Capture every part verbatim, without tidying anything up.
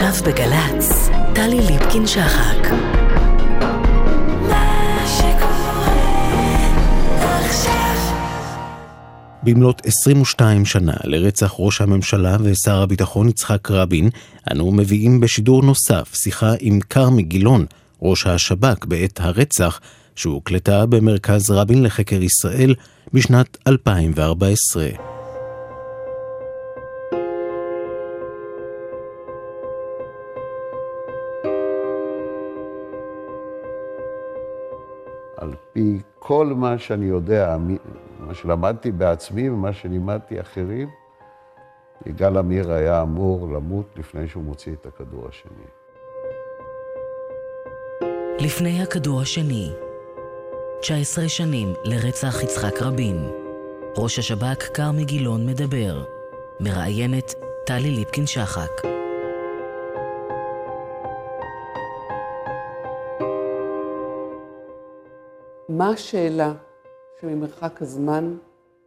עכשיו בגלץ, טלי ליפקין-שחק. במלאת עשרים ושתיים שנה לרצח ראש הממשלה ושר הביטחון יצחק רבין, אנו מביאים בשידור נוסף שיחה עם כרמי גילון, ראש השב"כ בעת הרצח, שהוקלטה במרכז רבין לחקר ישראל בשנת אלפיים וארבע עשרה. על פי כל מה שאני יודע, מה שלמדתי בעצמי ומה שלימדתי אחרים, יגאל עמיר היה אמור למות לפני שהוא מוציא את הכדור השני. לפני הכדור השני, תשע עשרה שנים לרצח יצחק רבין. ראש השב"כ כרמי גילון מדבר. מראיינת טלי ליפקין-שחק. מה השאלה שממרחק הזמן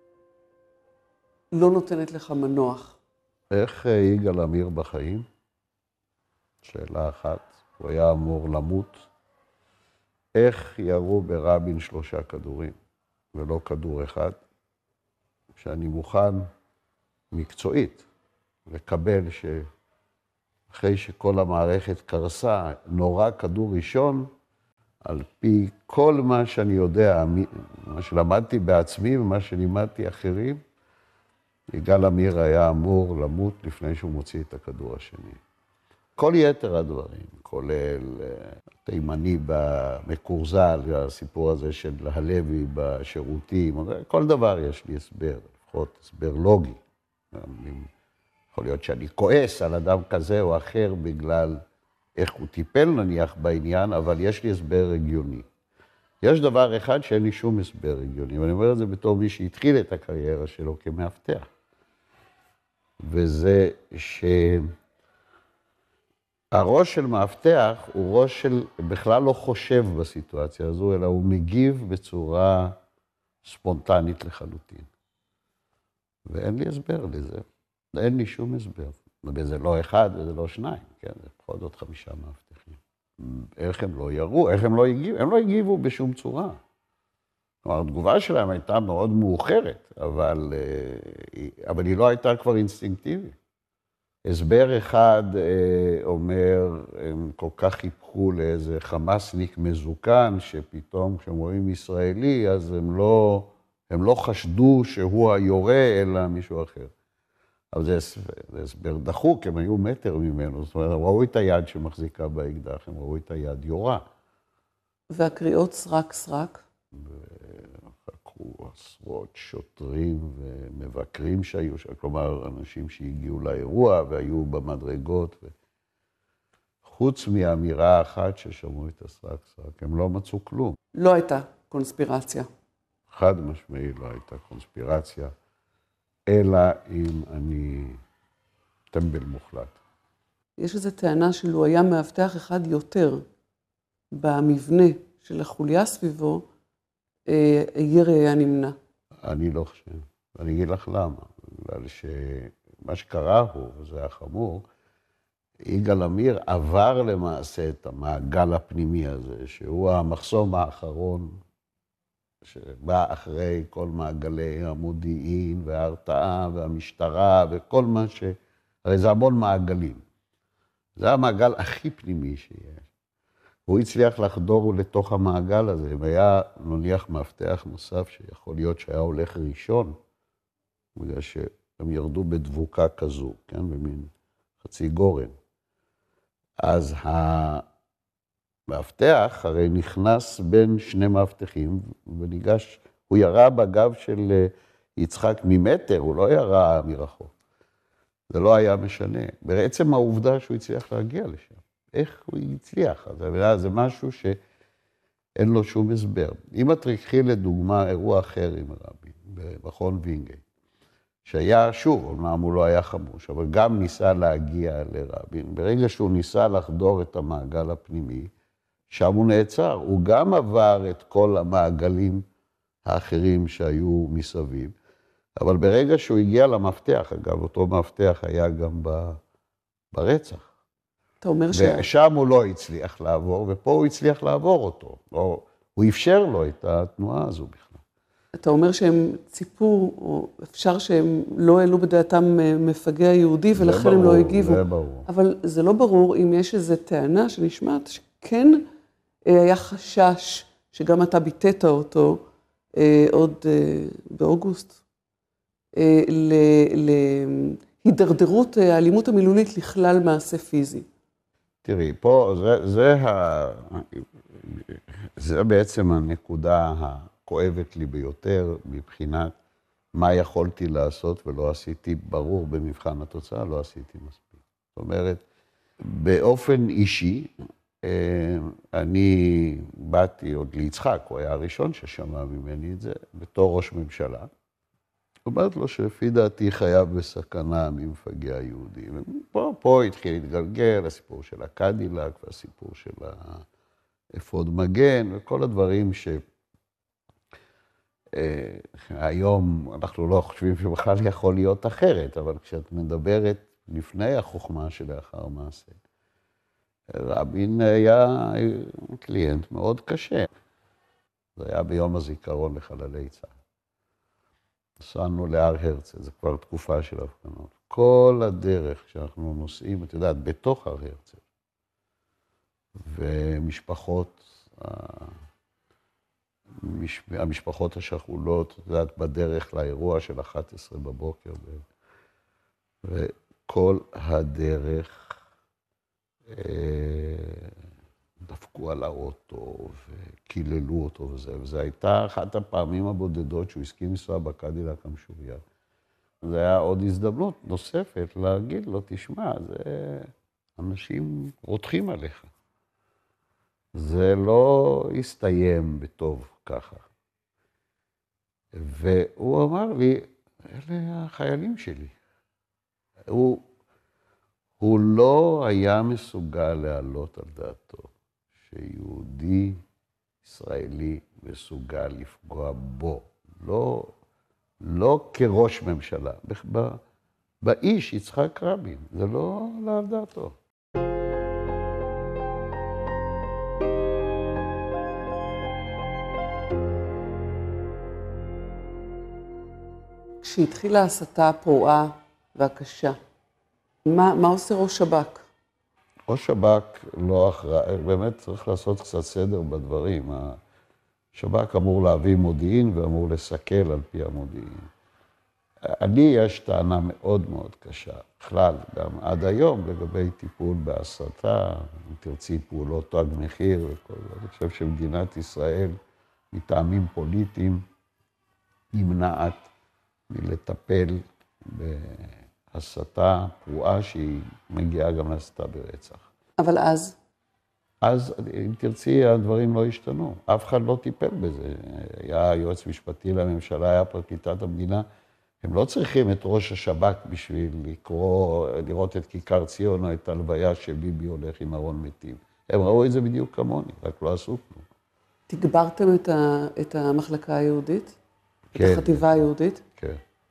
לא נותנת לך מנוח? איך יגאל עמיר בחיים? שאלה אחת, הוא היה אמור למות. איך ירו ברבין שלושה כדורים ולא כדור אחד? שאני מוכן מקצועית לקבל שאחרי שכל המערכת קרסה, נורא כדור ראשון, על פי כל מה שאני יודע, מה שלמדתי בעצמי ומה שלימדתי אחרים, יגאל עמיר היה אמור למות לפני שהוא מוציא את הכדור השני. כל יתר הדברים, כולל תימני במקורזל, הסיפור הזה של הלוי בשירותים, כל דבר יש לי הסבר, לפחות הסבר לוגי. יכול להיות שאני כועס על אדם כזה או אחר בגלל איך הוא טיפל נניח בעניין, אבל יש לי הסבר הגיוני. יש דבר אחד שאין לי שום הסבר הגיוני, ואני אומר את זה בתור מי שהתחיל את הקריירה שלו כמאבטח. וזה שהראש של מאבטח הוא ראש של, בכלל לא חושב בסיטואציה הזו, אלא הוא מגיב בצורה ספונטנית לחלוטין. ואין לי הסבר לזה, אין לי שום הסבר. וזה לא אחד וזה לא שניים, כן? זה פחות עוד חמישה מאבטחים. איך הם לא יראו, איך הם לא הגיבו? הם לא הגיבו בשום צורה. כלומר, התגובה שלהם הייתה מאוד מאוחרת, אבל, אבל היא לא הייתה כבר אינסטינקטיבית. הסבר אחד אומר, הם כל כך חיפכו לאיזה חמאסניק מזוקן, שפתאום כשהם רואים ישראלי, אז הם לא, הם לא חשדו שהוא היורה, אלא מישהו אחר. אבל זה, זה הסבר דחוק, הם היו מטר ממנו, זאת אומרת, הם ראו את היד שמחזיקה באקדח, הם ראו את היד יורה. והקריאות סרק סרק? וחקרו עשרות שוטרים ומבקרים שהיו, כלומר, אנשים שהגיעו לאירוע והיו במדרגות. ו... חוץ מאמירה אחת ששמעו את הסרק סרק, הם לא מצאו כלום. לא הייתה קונספירציה. חד משמעי לא הייתה קונספירציה. אלא אם אני טמבל מוחלט. יש איזו טענה שלו היה מאבטח אחד יותר במבנה של החוליה סביבו, ירי היה נמנע. אני לא חושב. אני אגיד לך למה. בגלל שמה שקרה הוא, וזה היה חמור, יגאל עמיר עבר למעשה את המעגל הפנימי הזה, שהוא המחסום האחרון, שבא אחרי כל מעגלי המודיעין וההרתעה והמשטרה וכל מה ש... הרי זה המון מעגלים. זה המעגל הכי פנימי שיש. הוא הצליח לחדור לתוך המעגל הזה, והיה נניח מאבטח נוסף שיכול להיות שהיה הולך ראשון, בגלל שהם ירדו בדבוקה כזו, כן? במין חצי גורן. אז ה... מאבטח הרי נכנס בין שני מאבטחים, וניגש, הוא ירה בגב של יצחק ממטר, הוא לא ירה מרחוק. זה לא היה משנה. בעצם העובדה שהוא הצליח להגיע לשם. איך הוא הצליח? אז זה משהו שאין לו שום הסבר. אם את תקחי לדוגמה אירוע אחר עם רבין, במכון וינגייט, שהיה, שוב, אומנם הוא לא היה חמוש, אבל גם ניסה להגיע לרבין. ברגע שהוא ניסה לחדור את המעגל הפנימי, שם הוא נעצר. הוא גם עבר את כל המעגלים האחרים שהיו מסביב, אבל ברגע שהוא הגיע למפתח, אגב, אותו מפתח היה גם ברצח. אתה אומר ש... ושם הוא לא הצליח לעבור, ופה הוא הצליח לעבור אותו. לא, הוא אפשר לו את התנועה הזו בכלל. אתה אומר שהם ציפו, או אפשר שהם לא העלו בדעתם מפגע יהודי, ולכן ברור, הם לא הגיבו. זה ברור. אבל זה לא ברור אם יש איזו טענה שנשמעת, שכן היה חשש, שגם אתה ביטאת אותו, עוד באוגוסט, להידרדרות האלימות המילולית לכלל מעשה פיזי. תראי, פה זה, זה, ה... זה בעצם הנקודה הכואבת לי ביותר, מבחינת מה יכולתי לעשות ולא עשיתי, ברור במבחן התוצאה, לא עשיתי מספיק. זאת אומרת, באופן אישי, אני באתי עוד ליצחק, הוא היה הראשון ששמע ממני את זה, בתור ראש ממשלה. אומרת לו שלפי דעתי חייב בסכנה ממפגע יהודי. ופה פה התחיל להתגלגל, הסיפור של הקדילק והסיפור של האפוד מגן, וכל הדברים שהיום אנחנו לא חושבים שבכלל יכול להיות אחרת, אבל כשאת מדברת לפני החוכמה שלאחר מעשה, רבין היה קליינט מאוד קשה. זה היה ביום הזיכרון לחללי צה"ל. נסענו להר הרצל, זו כבר תקופה של הפגנות. כל הדרך שאנחנו נוסעים, את יודעת, בתוך הר הרצל, ומשפחות, המשפחות השכולות, את יודעת, בדרך לאירוע של אחת עשרה בבוקר, וכל הדרך דפקו על האוטו וקיללו אותו וזה, וזו הייתה אחת הפעמים הבודדות שהוא הסכים לנסוע בקדילק המשוריין. זה היה עוד הזדמנות נוספת להגיד לו, תשמע, זה אנשים רותחים עליך. זה לא הסתיים בטוב ככה. והוא אמר לי, אלה החיילים שלי. הוא, הוא לא היה מסוגל להעלות על דעתו שיהודי ישראלי מסוגל לפגוע בו. לא, לא כראש ממשלה, באיש יצחק רבין. זה לא עלה על דעתו. כשהתחילה ההסתה הפרועה והקשה, מה, מה עושה ראש שב"כ? ראש שב"כ לא אחראי, באמת צריך לעשות קצת סדר בדברים. השב"כ אמור להביא מודיעין ואמור לסכל על פי המודיעין. אני יש טענה מאוד מאוד קשה, בכלל, גם עד היום, לגבי טיפול בהסתה, אם תרצי פעולות תג מחיר וכל זה. אני חושב שמדינת ישראל, מטעמים פוליטיים, נמנעת מלטפל בהסתה פרועה שהיא מגיעה גם להסתה ברצח. אבל אז? אז, אם תרצי, הדברים לא השתנו. אף אחד לא טיפל בזה. היה יועץ משפטי לממשלה, היה פרקליטת המדינה. הם לא צריכים את ראש השב"כ בשביל לקרוא, לראות את כיכר ציון או את הלוויה שביבי הולך עם ארון מתים. הם ראו את זה בדיוק כמוני, רק לא עשו כלום. תגברתם את, ה, את המחלקה היהודית? כן. את החטיבה היהודית? כן.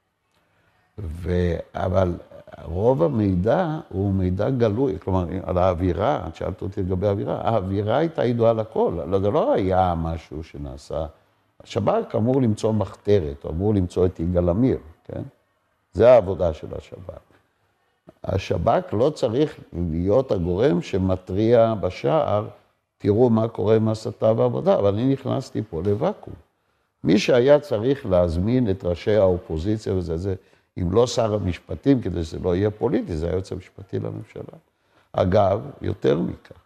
ו... אבל רוב המידע הוא מידע גלוי, כלומר, על האווירה, את שאלת אותי לגבי האווירה, האווירה הייתה ידועה לכל, זה לא היה משהו שנעשה. השב"כ אמור למצוא מחתרת, או אמור למצוא את יגאל עמיר, כן? זה העבודה של השב"כ. השב"כ לא צריך להיות הגורם שמטריע בשער, תראו מה קורה עם הסתה ועבודה, אבל אני נכנסתי פה לוואקום. מי שהיה צריך להזמין את ראשי האופוזיציה וזה, זה, אם לא שר המשפטים, כדי שזה לא יהיה פוליטי, זה היועץ המשפטי לממשלה. אגב, יותר מכך,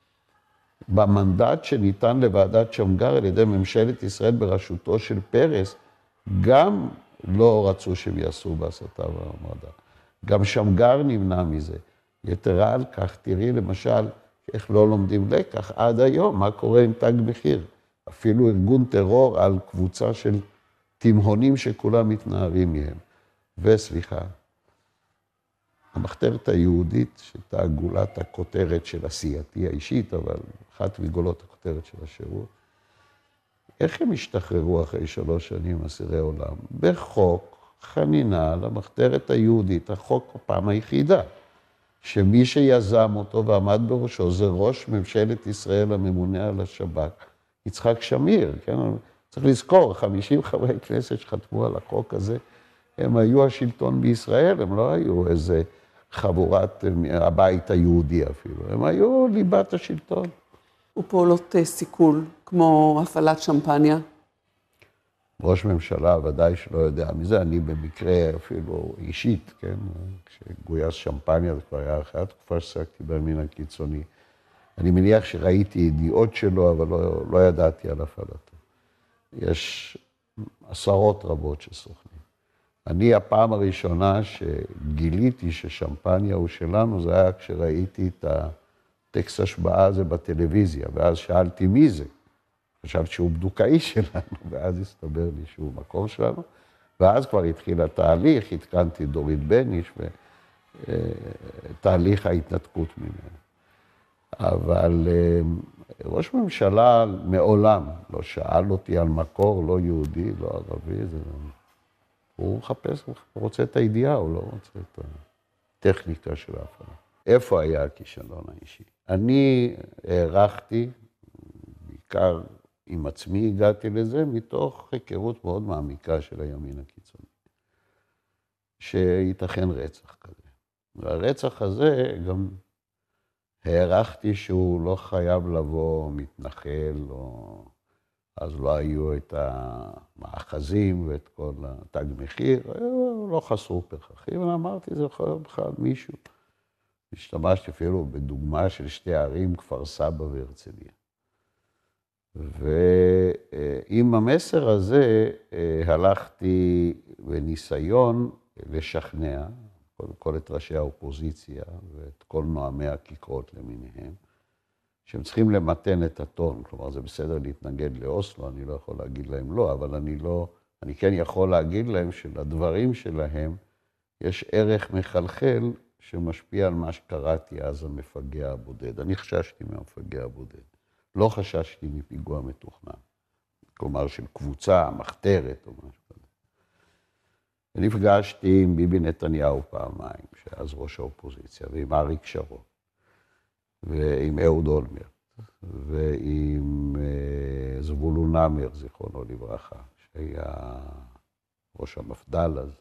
במנדט שניתן לוועדת שמגר על ידי ממשלת ישראל בראשותו של פרס, גם לא רצו שהם יעשו בהסתה והמרדה. גם שמגר נמנע מזה. יתרה על כך, תראי למשל, איך לא לומדים לקח עד היום, מה קורה עם תג מחיר. אפילו ארגון טרור על קבוצה של תימהונים שכולם מתנערים מהם. וסליחה, המחתרת היהודית, שהייתה גולת הכותרת של עשייתי האישית, אבל אחת מגולות הכותרת של השירות, איך הם השתחררו אחרי שלוש שנים אסירי עולם? בחוק חנינה למחתרת היהודית, החוק הפעם היחידה, שמי שיזם אותו ועמד בראשו זה ראש ממשלת ישראל הממונה על השב"כ, יצחק שמיר, כן? צריך לזכור, חמישים חברי כנסת שחתמו על החוק הזה, הם היו השלטון בישראל, הם לא היו איזה חבורת הבית היהודי אפילו, הם היו ליבת השלטון. ופעולות סיכול, כמו הפעלת שמפניה? ראש ממשלה ודאי שלא יודע מזה, אני במקרה אפילו אישית, כן? כשגויס שמפניה, זה כבר היה אחרי התקופה ששחקתי בימין הקיצוני. אני מניח שראיתי ידיעות שלו, אבל לא, לא ידעתי על הפעלתו. יש עשרות רבות שסוכנים. אני, הפעם הראשונה שגיליתי ששמפניה הוא שלנו, זה היה כשראיתי את הטקסט השבעה הזה בטלוויזיה, ואז שאלתי מי זה. חשבתי שהוא בדוקאי שלנו, ואז הסתבר לי שהוא מקור שלנו, ואז כבר התחיל התהליך, התקנתי דורית בניש, ותהליך ההתנתקות ממנו. אבל ראש ממשלה מעולם לא שאל אותי על מקור, לא יהודי, לא ערבי, זה... הוא מחפש, הוא רוצה את הידיעה, הוא לא רוצה את הטכניקה של ההפעלה. איפה היה הכישלון האישי? אני הערכתי, בעיקר עם עצמי הגעתי לזה, מתוך היכרות מאוד מעמיקה של הימין הקיצוני, שייתכן רצח כזה. והרצח הזה גם הערכתי שהוא לא חייב לבוא מתנחל, או... אז לא היו את המאחזים ואת כל התג מחיר, לא חסרו פרחחים, ואמרתי, זה יכול להיות בכלל מישהו. השתמשתי אפילו בדוגמה של שתי ערים, כפר סבא והרצליה. ועם המסר הזה הלכתי בניסיון לשכנע, קודם כל את ראשי האופוזיציה ואת כל נואמי הכיכרות למיניהם, שהם צריכים למתן את הטון, כלומר זה בסדר להתנגד לאוסלו, אני לא יכול להגיד להם לא, אבל אני לא, אני כן יכול להגיד להם שלדברים שלהם יש ערך מחלחל שמשפיע על מה שקראתי אז המפגע הבודד. אני חששתי מהמפגע הבודד, לא חששתי מפיגוע מתוכנן, כלומר של קבוצה, מחתרת או משהו כזה. ונפגשתי עם ביבי נתניהו פעמיים, שאז ראש האופוזיציה, ועם אריק שרון. ועם אהוד אולמרט, ועם זבולון המר, זיכרונו לברכה, שהיה ראש המפד"ל אז.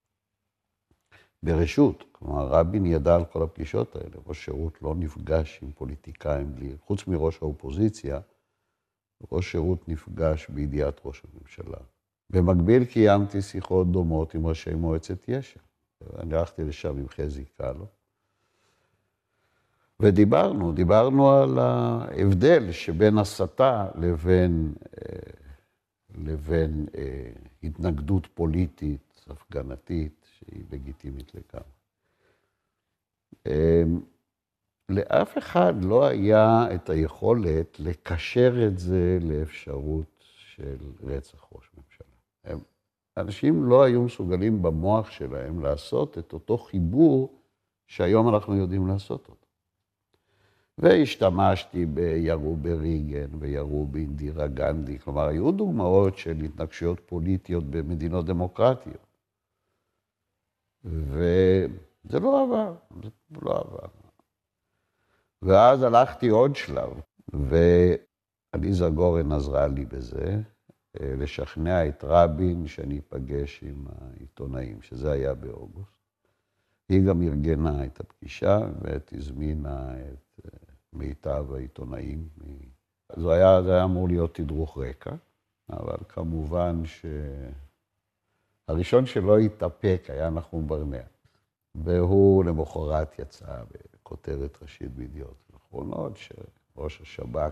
ברשות, כלומר, רבין ידע על כל הפגישות האלה, ראש שירות לא נפגש עם פוליטיקאים בלי, חוץ מראש האופוזיציה, ראש שירות נפגש בידיעת ראש הממשלה. במקביל קיימתי שיחות דומות עם ראשי מועצת יש"ע. אני הלכתי לשם עם חזי קלו. ודיברנו, דיברנו על ההבדל שבין הסתה לבין, לבין התנגדות פוליטית, הפגנתית, שהיא לגיטימית לגמרי. לאף אחד לא היה את היכולת לקשר את זה לאפשרות של רצח ראש ממשלה. הם, אנשים לא היו מסוגלים במוח שלהם לעשות את אותו חיבור שהיום אנחנו יודעים לעשות אותו. והשתמשתי בירו בריגן וירו באינדירה גנדי, כלומר, היו דוגמאות של התנגשויות פוליטיות במדינות דמוקרטיות. וזה לא עבר, זה לא עבר. ואז הלכתי עוד שלב, ועליזה גורן עזרה לי בזה, לשכנע את רבין שאני אפגש עם העיתונאים, שזה היה באוגוסט. היא גם ארגנה את הפגישה ותזמינה את מיטב העיתונאים. זה היה, זה היה אמור להיות תדרוך רקע, אבל כמובן שהראשון שלא התאפק היה נחום ברנע, והוא למחרת יצא בכותרת ראשית בידיעות אחרונות, שראש השב"כ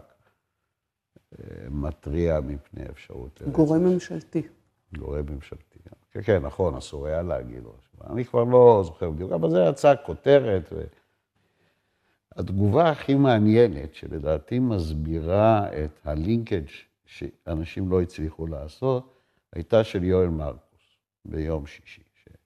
מטריע מפני אפשרות לרצח. גורם ממשלתי. גורם ממשלתי. כן, כן, נכון, אסור היה להגיד ראש. אני כבר לא זוכר בדיוק, אבל זה יצא כותרת. ו... התגובה הכי מעניינת, שלדעתי מסבירה את הלינקג' שאנשים לא הצליחו לעשות, הייתה של יואל מרקוס ביום שישי.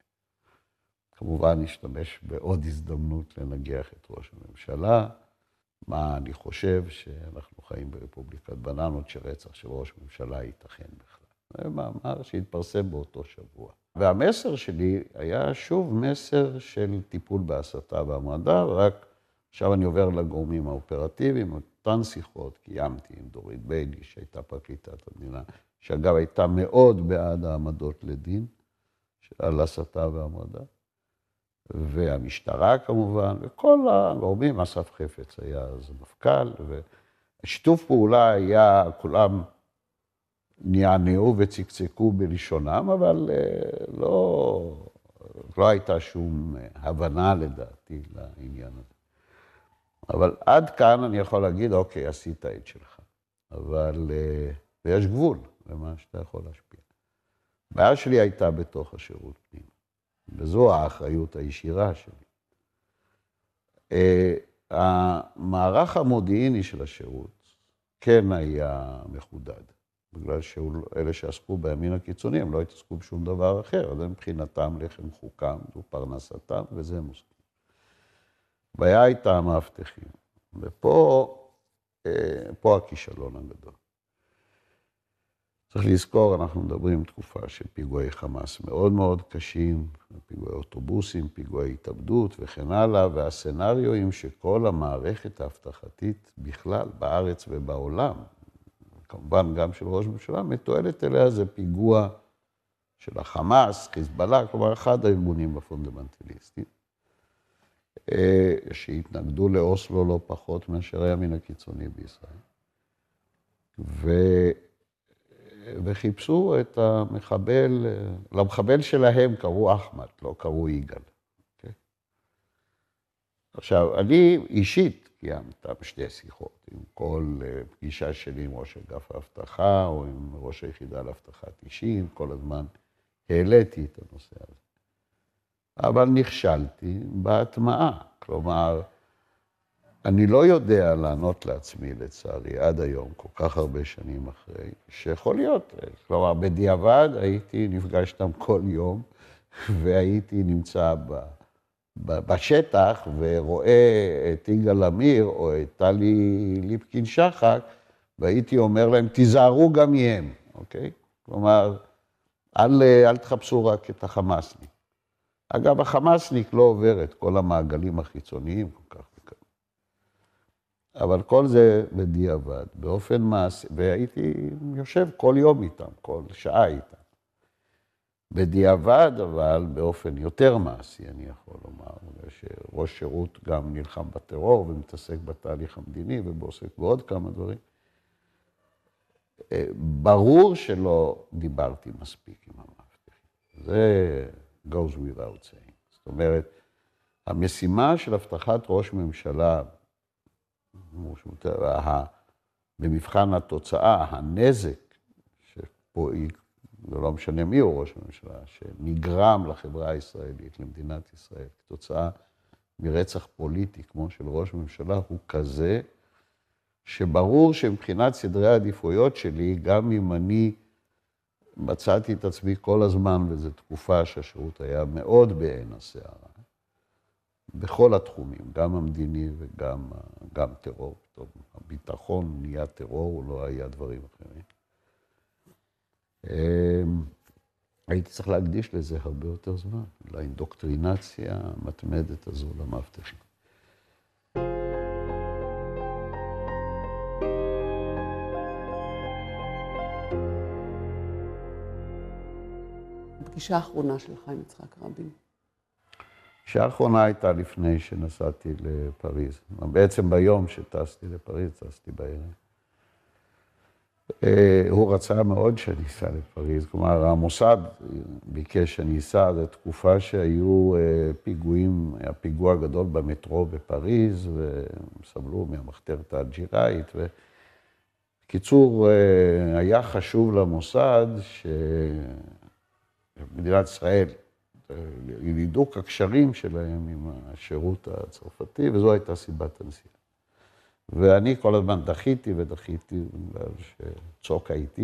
כמובן השתמש בעוד הזדמנות לנגח את ראש הממשלה. מה אני חושב שאנחנו חיים ברפובליקת בננות, שרצח של ראש ממשלה ייתכן בכלל. זה מאמר שהתפרסם באותו שבוע. והמסר שלי היה שוב מסר של טיפול בהסתה והמרדה, רק עכשיו אני עובר לגורמים האופרטיביים, אותן שיחות קיימתי עם דורית ביילי, שהייתה פרקליטת המדינה, שאגב הייתה מאוד בעד העמדות לדין, על הסתה והמרדה, והמשטרה כמובן, וכל הגורמים, אסף חפץ היה אז מפכ"ל, ושיתוף פעולה היה, כולם נענעו וצקצקו בלשונם, אבל לא, לא הייתה שום הבנה לדעתי לעניין הזה. אבל עד כאן אני יכול להגיד, אוקיי, עשית את שלך. אבל ויש גבול למה שאתה יכול להשפיע. הבעיה שלי הייתה בתוך השירות פנים, וזו האחריות הישירה שלי. המערך המודיעיני של השירות כן היה מחודד, בגלל שאלה שעסקו בימין הקיצוני, הם לא התעסקו בשום דבר אחר, אז מבחינתם לחם חוקם, זו פרנסתם, וזה הם עושים. הבעיה הייתה המאבטחים, ופה פה הכישלון הגדול. צריך לזכור, אנחנו מדברים תקופה של פיגועי חמאס מאוד מאוד קשים, פיגועי אוטובוסים, פיגועי התאבדות וכן הלאה, והסנריואים שכל המערכת האבטחתית בכלל, בארץ ובעולם, כמובן גם של ראש ממשלה, מתועלת אליה זה פיגוע של החמאס, חיזבאללה, כלומר אחד הארגונים הפונדמנטליסטיים, שהתנגדו לאוסלו לא פחות מאשר הימין הקיצוני בישראל. ו... וחיפשו את המחבל, למחבל שלהם קראו אחמד, לא קראו יגאל. Okay? עכשיו, אני אישית קיימת בשתי שיחות, עם כל פגישה שלי עם ראש אגף האבטחה, או עם ראש היחידה לאבטחת אישים, כל הזמן העליתי את הנושא הזה. אבל נכשלתי בהטמעה, כלומר, אני לא יודע לענות לעצמי, לצערי, עד היום, כל כך הרבה שנים אחרי, שיכול להיות. כלומר, בדיעבד הייתי נפגש איתם כל יום, והייתי נמצא ב, ב, בשטח, ורואה את יגאל עמיר, או את טלי ליפקין שחק, והייתי אומר להם, תיזהרו גם מהם, אוקיי? כלומר, אל, אל תחפשו רק את החמאסניק. אגב, החמאסניק לא עובר את כל המעגלים החיצוניים כל כך. אבל כל זה בדיעבד, באופן מעשי, והייתי יושב כל יום איתם, כל שעה איתם. בדיעבד, אבל באופן יותר מעשי, אני יכול לומר, שראש שירות גם נלחם בטרור ומתעסק בתהליך המדיני ובעוסק בעוד כמה דברים. ברור שלא דיברתי מספיק עם המאבטחים. זה goes without saying. זאת אומרת, המשימה של הבטחת ראש ממשלה, במבחן התוצאה, הנזק, שפה זה לא משנה מי הוא ראש הממשלה, שנגרם לחברה הישראלית, למדינת ישראל, כתוצאה מרצח פוליטי כמו של ראש ממשלה, הוא כזה, שברור שמבחינת סדרי העדיפויות שלי, גם אם אני מצאתי את עצמי כל הזמן, וזו תקופה שהשירות היה מאוד בעין הסערה, בכל התחומים, גם המדיני וגם גם טרור. טוב, הביטחון נהיה טרור, הוא לא היה דברים אחרים. הייתי צריך להקדיש לזה הרבה יותר זמן, לאינדוקטרינציה המתמדת הזו למאבטחים. הפגישה האחרונה שלך עם יצחק רבין. הפגישה האחרונה הייתה לפני שנסעתי לפריז. בעצם ביום שטסתי לפריז, טסתי בערב. הוא רצה מאוד שאני אסע לפריז, כלומר, המוסד ביקש שאני אסע, זו תקופה שהיו פיגועים, הפיגוע הגדול במטרו בפריז, וסבלו מהמחתרת האלג'יראית, ובקיצור, היה חשוב למוסד שמדינת ישראל, ילידוק הקשרים שלהם עם השירות הצרפתי, וזו הייתה סיבת הנסיעה. ואני כל הזמן דחיתי ודחיתי, בגלל שצוק הייתי.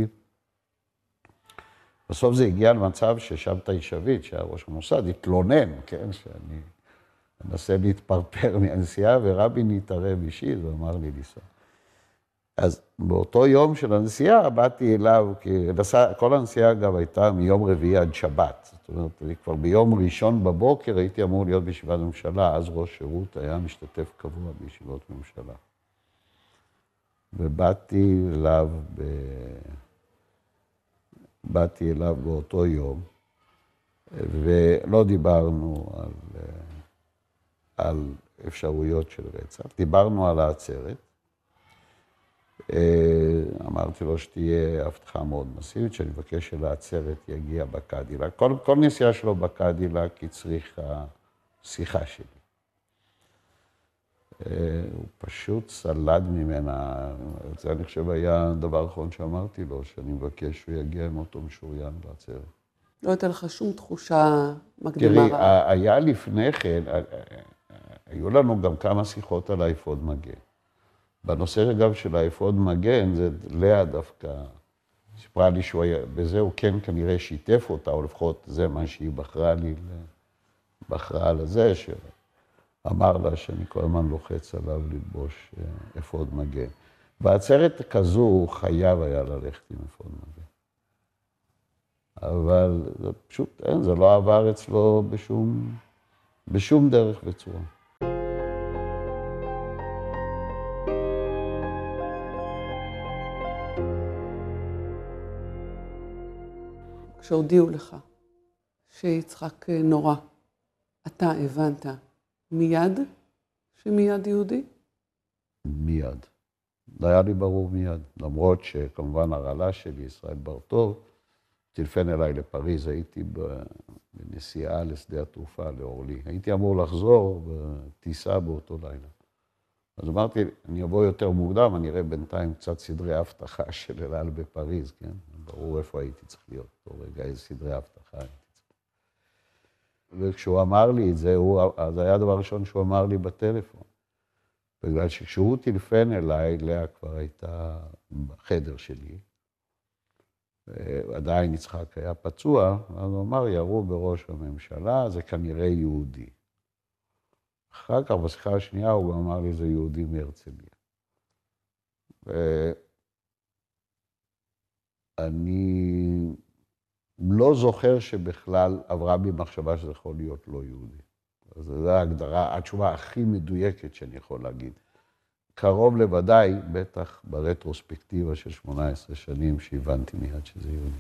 בסוף זה הגיע למצב ששבתאי שביט, שהיה ראש המוסד, התלונן, כן, שאני אנסה להתפרפר מהנסיעה, ורבין התערב אישית ואמר לי לנסוע. אז באותו יום של הנסיעה באתי אליו, כי נסע, כל הנסיעה אגב הייתה מיום רביעי עד שבת. זאת אומרת, אני כבר ביום ראשון בבוקר הייתי אמור להיות בישיבת ממשלה, אז ראש שירות היה משתתף קבוע בישיבות ממשלה. ובאתי אליו, ב... באתי אליו באותו יום, ולא דיברנו על, על אפשרויות של רצח, דיברנו על העצרת. אמרתי לו שתהיה הבטחה מאוד מסיבית, שאני מבקש שלעצרת יגיע בקדילק. כל, כל נסיעה שלו בקדילק היא צריכה שיחה שלי. הוא פשוט סלד ממנה, זה אני חושב היה הדבר האחרון שאמרתי לו, שאני מבקש שהוא יגיע עם אותו משוריין לעצרת. לא הייתה לך שום תחושה מקדימה רעה. תראי, היה לפני כן, היו לנו גם כמה שיחות על האפוד מגן. בנושא אגב של האפוד מגן, זה לאה דווקא, סיפרה לי שהוא היה, בזה הוא כן כנראה שיתף אותה, או לפחות זה מה שהיא בחרה לי, בחרה לזה, שאמר לה שאני כל הזמן לוחץ עליו ללבוש אפוד מגן. בעצרת כזו הוא חייב היה ללכת עם אפוד מגן. אבל זה פשוט, אין, זה לא עבר אצלו בשום, בשום דרך וצורה. כשהודיעו לך שיצחק נורא, אתה הבנת מיד שמיד יהודי? מיד. זה היה לי ברור מיד. למרות שכמובן הרעלה שלי, ישראל בר-טוב, טלפן אליי לפריז, הייתי בנסיעה לשדה התעופה לאורלי. הייתי אמור לחזור בטיסה באותו לילה. אז אמרתי, אני אבוא יותר מוקדם, אני אראה בינתיים קצת סדרי אבטחה של אל על בפריז, כן? ברור איפה הייתי צריך להיות, אותו רגע, איזה סדרי אבטחה הייתי צריך. וכשהוא אמר לי את זה, הוא, אז היה הדבר הראשון שהוא אמר לי בטלפון. בגלל שכשהוא טלפן אליי, לאה כבר הייתה בחדר שלי, ועדיין יצחק היה פצוע, אז הוא אמר, ירו בראש הממשלה, זה כנראה יהודי. אחר כך, בשיחה השנייה, הוא אמר לי, זה יהודי מהרצליה. ואני לא זוכר שבכלל עברה בי מחשבה שזה יכול להיות לא יהודי. אז זו ההגדרה, התשובה הכי מדויקת שאני יכול להגיד. קרוב לוודאי, בטח ברטרוספקטיבה של שמונה עשרה שנים, שהבנתי מיד שזה יהודי.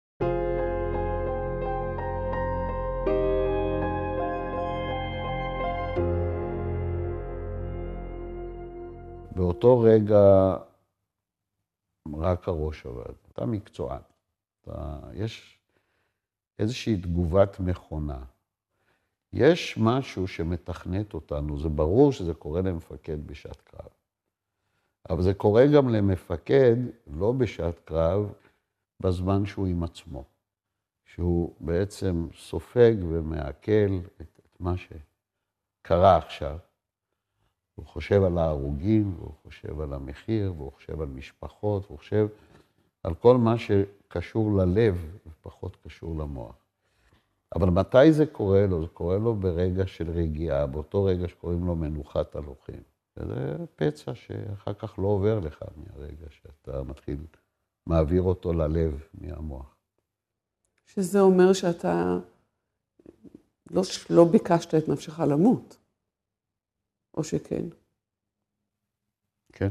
באותו רגע רק הראש עבד. אתה מקצוען. אתה, יש איזושהי תגובת מכונה. יש משהו שמתכנת אותנו. זה ברור שזה קורה למפקד בשעת קרב. אבל זה קורה גם למפקד, לא בשעת קרב, בזמן שהוא עם עצמו. שהוא בעצם סופג ומעכל את, את מה שקרה עכשיו. הוא חושב על ההרוגים, והוא חושב על המחיר, והוא חושב על משפחות, והוא חושב על כל מה שקשור ללב ופחות קשור למוח. אבל מתי זה קורה לו? זה קורה לו ברגע של רגיעה, באותו רגע שקוראים לו מנוחת הלוחם. זה פצע שאחר כך לא עובר לך מהרגע שאתה מתחיל, מעביר אותו ללב מהמוח. שזה אומר שאתה לא, לא ביקשת את נפשך למות. או שכן? כן.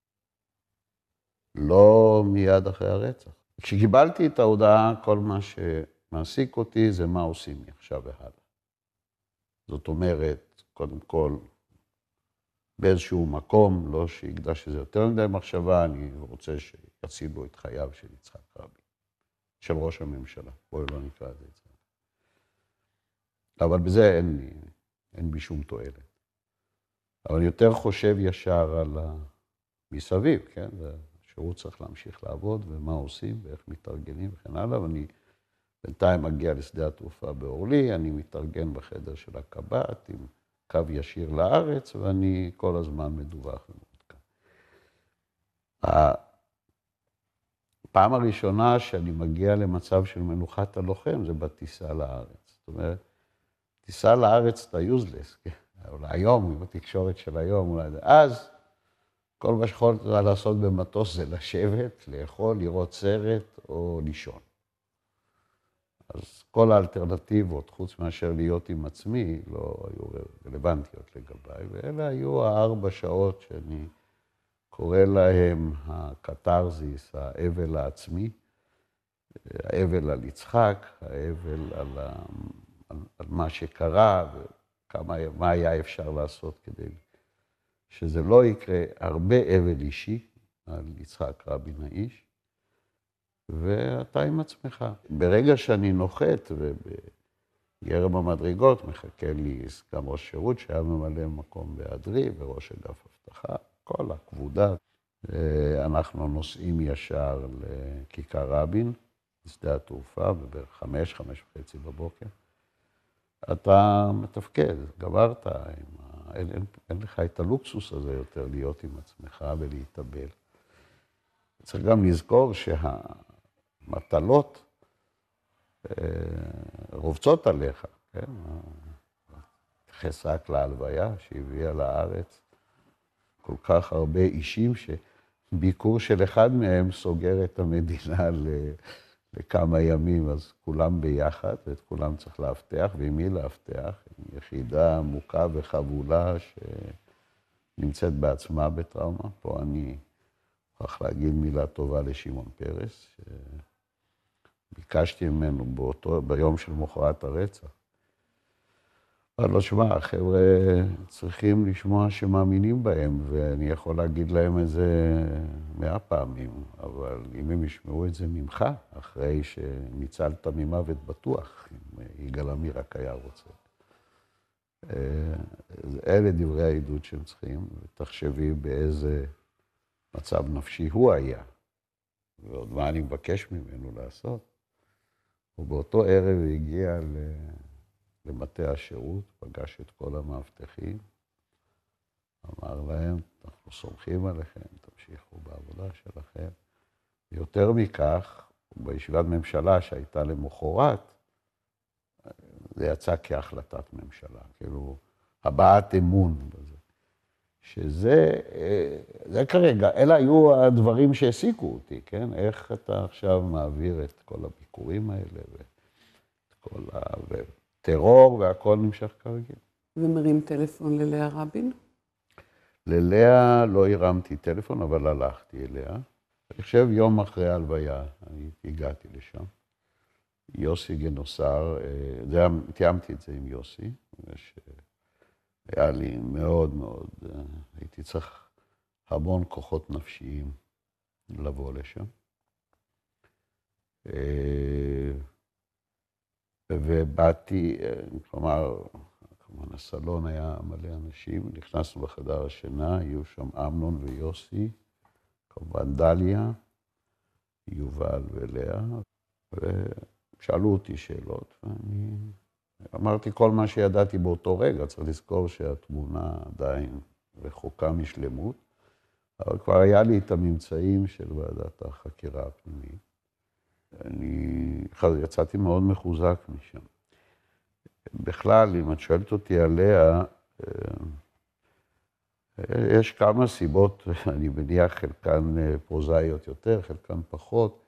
לא מיד אחרי הרצח. כשקיבלתי את ההודעה, כל מה שמעסיק אותי זה מה עושים לי עכשיו והלאה. זאת אומרת, קודם כל, באיזשהו מקום, לא שיקדש שזה יותר מדי מחשבה, אני רוצה שיצילו את חייו של יצחק רבין, של ראש הממשלה. בואי לא נקרא את זה יצחק. אבל בזה אין לי, אין בי שום תועלת. אבל אני יותר חושב ישר על מסביב, כן? שהוא צריך להמשיך לעבוד, ומה עושים, ואיך מתארגנים וכן הלאה, ואני בינתיים מגיע לשדה התעופה באורלי, אני מתארגן בחדר של הקב"ט, עם קו ישיר לארץ, ואני כל הזמן מדווח ומעודכן. הפעם הראשונה שאני מגיע למצב של מנוחת הלוחם, זה בטיסה לארץ. זאת אומרת, טיסה לארץ אתה יוזלס, כן? אולי היום, בתקשורת של היום, אולי זה. אז כל מה שיכולת לעשות במטוס זה לשבת, לאכול, לראות סרט או לישון. אז כל האלטרנטיבות, חוץ מאשר להיות עם עצמי, לא היו רלוונטיות לגביי, ואלה היו הארבע שעות שאני קורא להם הקתרזיס, האבל העצמי, האבל על יצחק, האבל על, ה... על, על מה שקרה, וכמה, מה היה אפשר לעשות כדי שזה לא יקרה, הרבה אבל אישי על יצחק רבין האיש, ואתה עם עצמך. ברגע שאני נוחת, ובירם המדרגות מחכה לי סגן ראש שירות, שהיה ממלא מקום בהיעדרי, וראש אגף אבטחה, כל הכבודה. אנחנו נוסעים ישר לכיכר רבין, שדה התעופה, בבערך חמש, חמש וחצי בבוקר. אתה מתפקד, גמרת, אין, אין, אין לך את הלוקסוס הזה יותר להיות עם עצמך ולהתאבל. צריך גם לזכור שהמטלות רובצות עליך, כן? תחס רק להלוויה שהביאה לארץ כל כך הרבה אישים שביקור של אחד מהם סוגר את המדינה לכמה ימים, אז כולם ביחד, ואת כולם צריך להבטח, ועם מי להבטח? עם יחידה עמוקה וחבולה שנמצאת בעצמה בטראומה. פה אני מוכרח להגיד מילה טובה לשמעון פרס, שביקשתי ממנו באותו, ביום של מחרת הרצח. אבל לא שמע, החבר'ה צריכים לשמוע שמאמינים בהם, ואני יכול להגיד להם את זה מאה פעמים, אבל אם הם ישמעו את זה ממך, אחרי שניצלת ממוות בטוח, אם יגאל עמיר רק היה רוצה. אלה דברי העדות שהם צריכים, ותחשבי באיזה מצב נפשי הוא היה, ועוד מה אני מבקש ממנו לעשות. ובאותו ערב הוא הגיע ל... למטה השירות, פגש את כל המאבטחים, אמר להם, אנחנו סומכים עליכם, תמשיכו בעבודה שלכם. יותר מכך, בישיבת ממשלה שהייתה למחרת, זה יצא כהחלטת ממשלה, כאילו, הבעת אמון בזה. שזה, זה כרגע, אלה היו הדברים שהעסיקו אותי, כן? איך אתה עכשיו מעביר את כל הביקורים האלה ואת כל ה... טרור והכל נמשך כרגיל. ומרים טלפון ללאה רבין? ללאה לא הרמתי טלפון, אבל הלכתי אליה. אני חושב יום אחרי ההלוויה, אני הגעתי לשם. יוסי גנוסר, זה, תיאמתי את זה עם יוסי, שהיה לי מאוד מאוד, הייתי צריך המון כוחות נפשיים לבוא לשם. ובאתי, כלומר, כלומר, הסלון היה מלא אנשים, נכנסנו בחדר השינה, היו שם אמנון ויוסי, כמובן דליה, יובל ולאה, ושאלו אותי שאלות, ואני אמרתי כל מה שידעתי באותו רגע, צריך לזכור שהתמונה עדיין רחוקה משלמות, אבל כבר היה לי את הממצאים של ועדת החקירה הפנימית. אני יצאתי מאוד מחוזק משם. בכלל, אם את שואלת אותי עליה, יש כמה סיבות, אני מניח חלקן פרוזאיות יותר, חלקן פחות,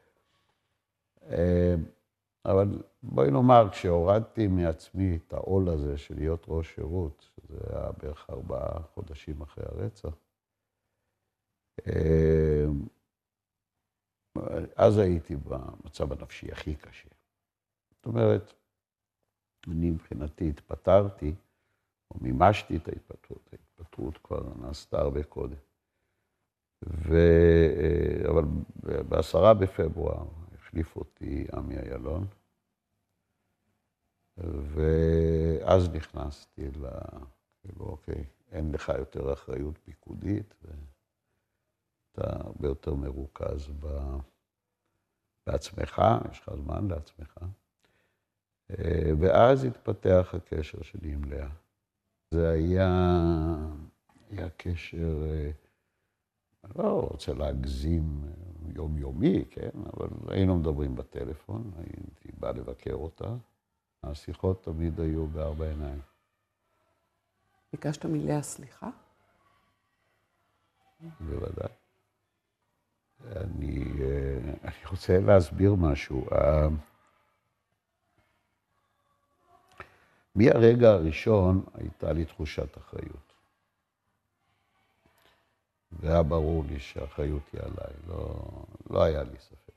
אבל בואי נאמר, כשהורדתי מעצמי את העול הזה של להיות ראש שירות, זה היה בערך ארבעה חודשים אחרי הרצח, אז הייתי במצב הנפשי הכי קשה. זאת אומרת, אני מבחינתי התפטרתי, או מימשתי את ההתפטרות, ההתפטרות כבר נעשתה הרבה קודם. ו... אבל בעשרה בפברואר החליף אותי עמי אילון, ואז נכנסתי ל... כאילו, אוקיי, אין לך יותר אחריות פיקודית, ואתה הרבה יותר מרוכז ב... בעצמך, יש לך זמן לעצמך. ואז התפתח הקשר שלי עם לאה. זה היה, היה קשר, אני לא רוצה להגזים יומיומי, כן? אבל היינו מדברים בטלפון, הייתי בא לבקר אותה. השיחות תמיד היו בארבע עיניים. ביקשת מלאה סליחה? בוודאי. רוצה להסביר משהו. מהרגע הראשון הייתה לי תחושת אחריות. והיה ברור לי שהאחריות היא עליי, לא, לא היה לי ספק.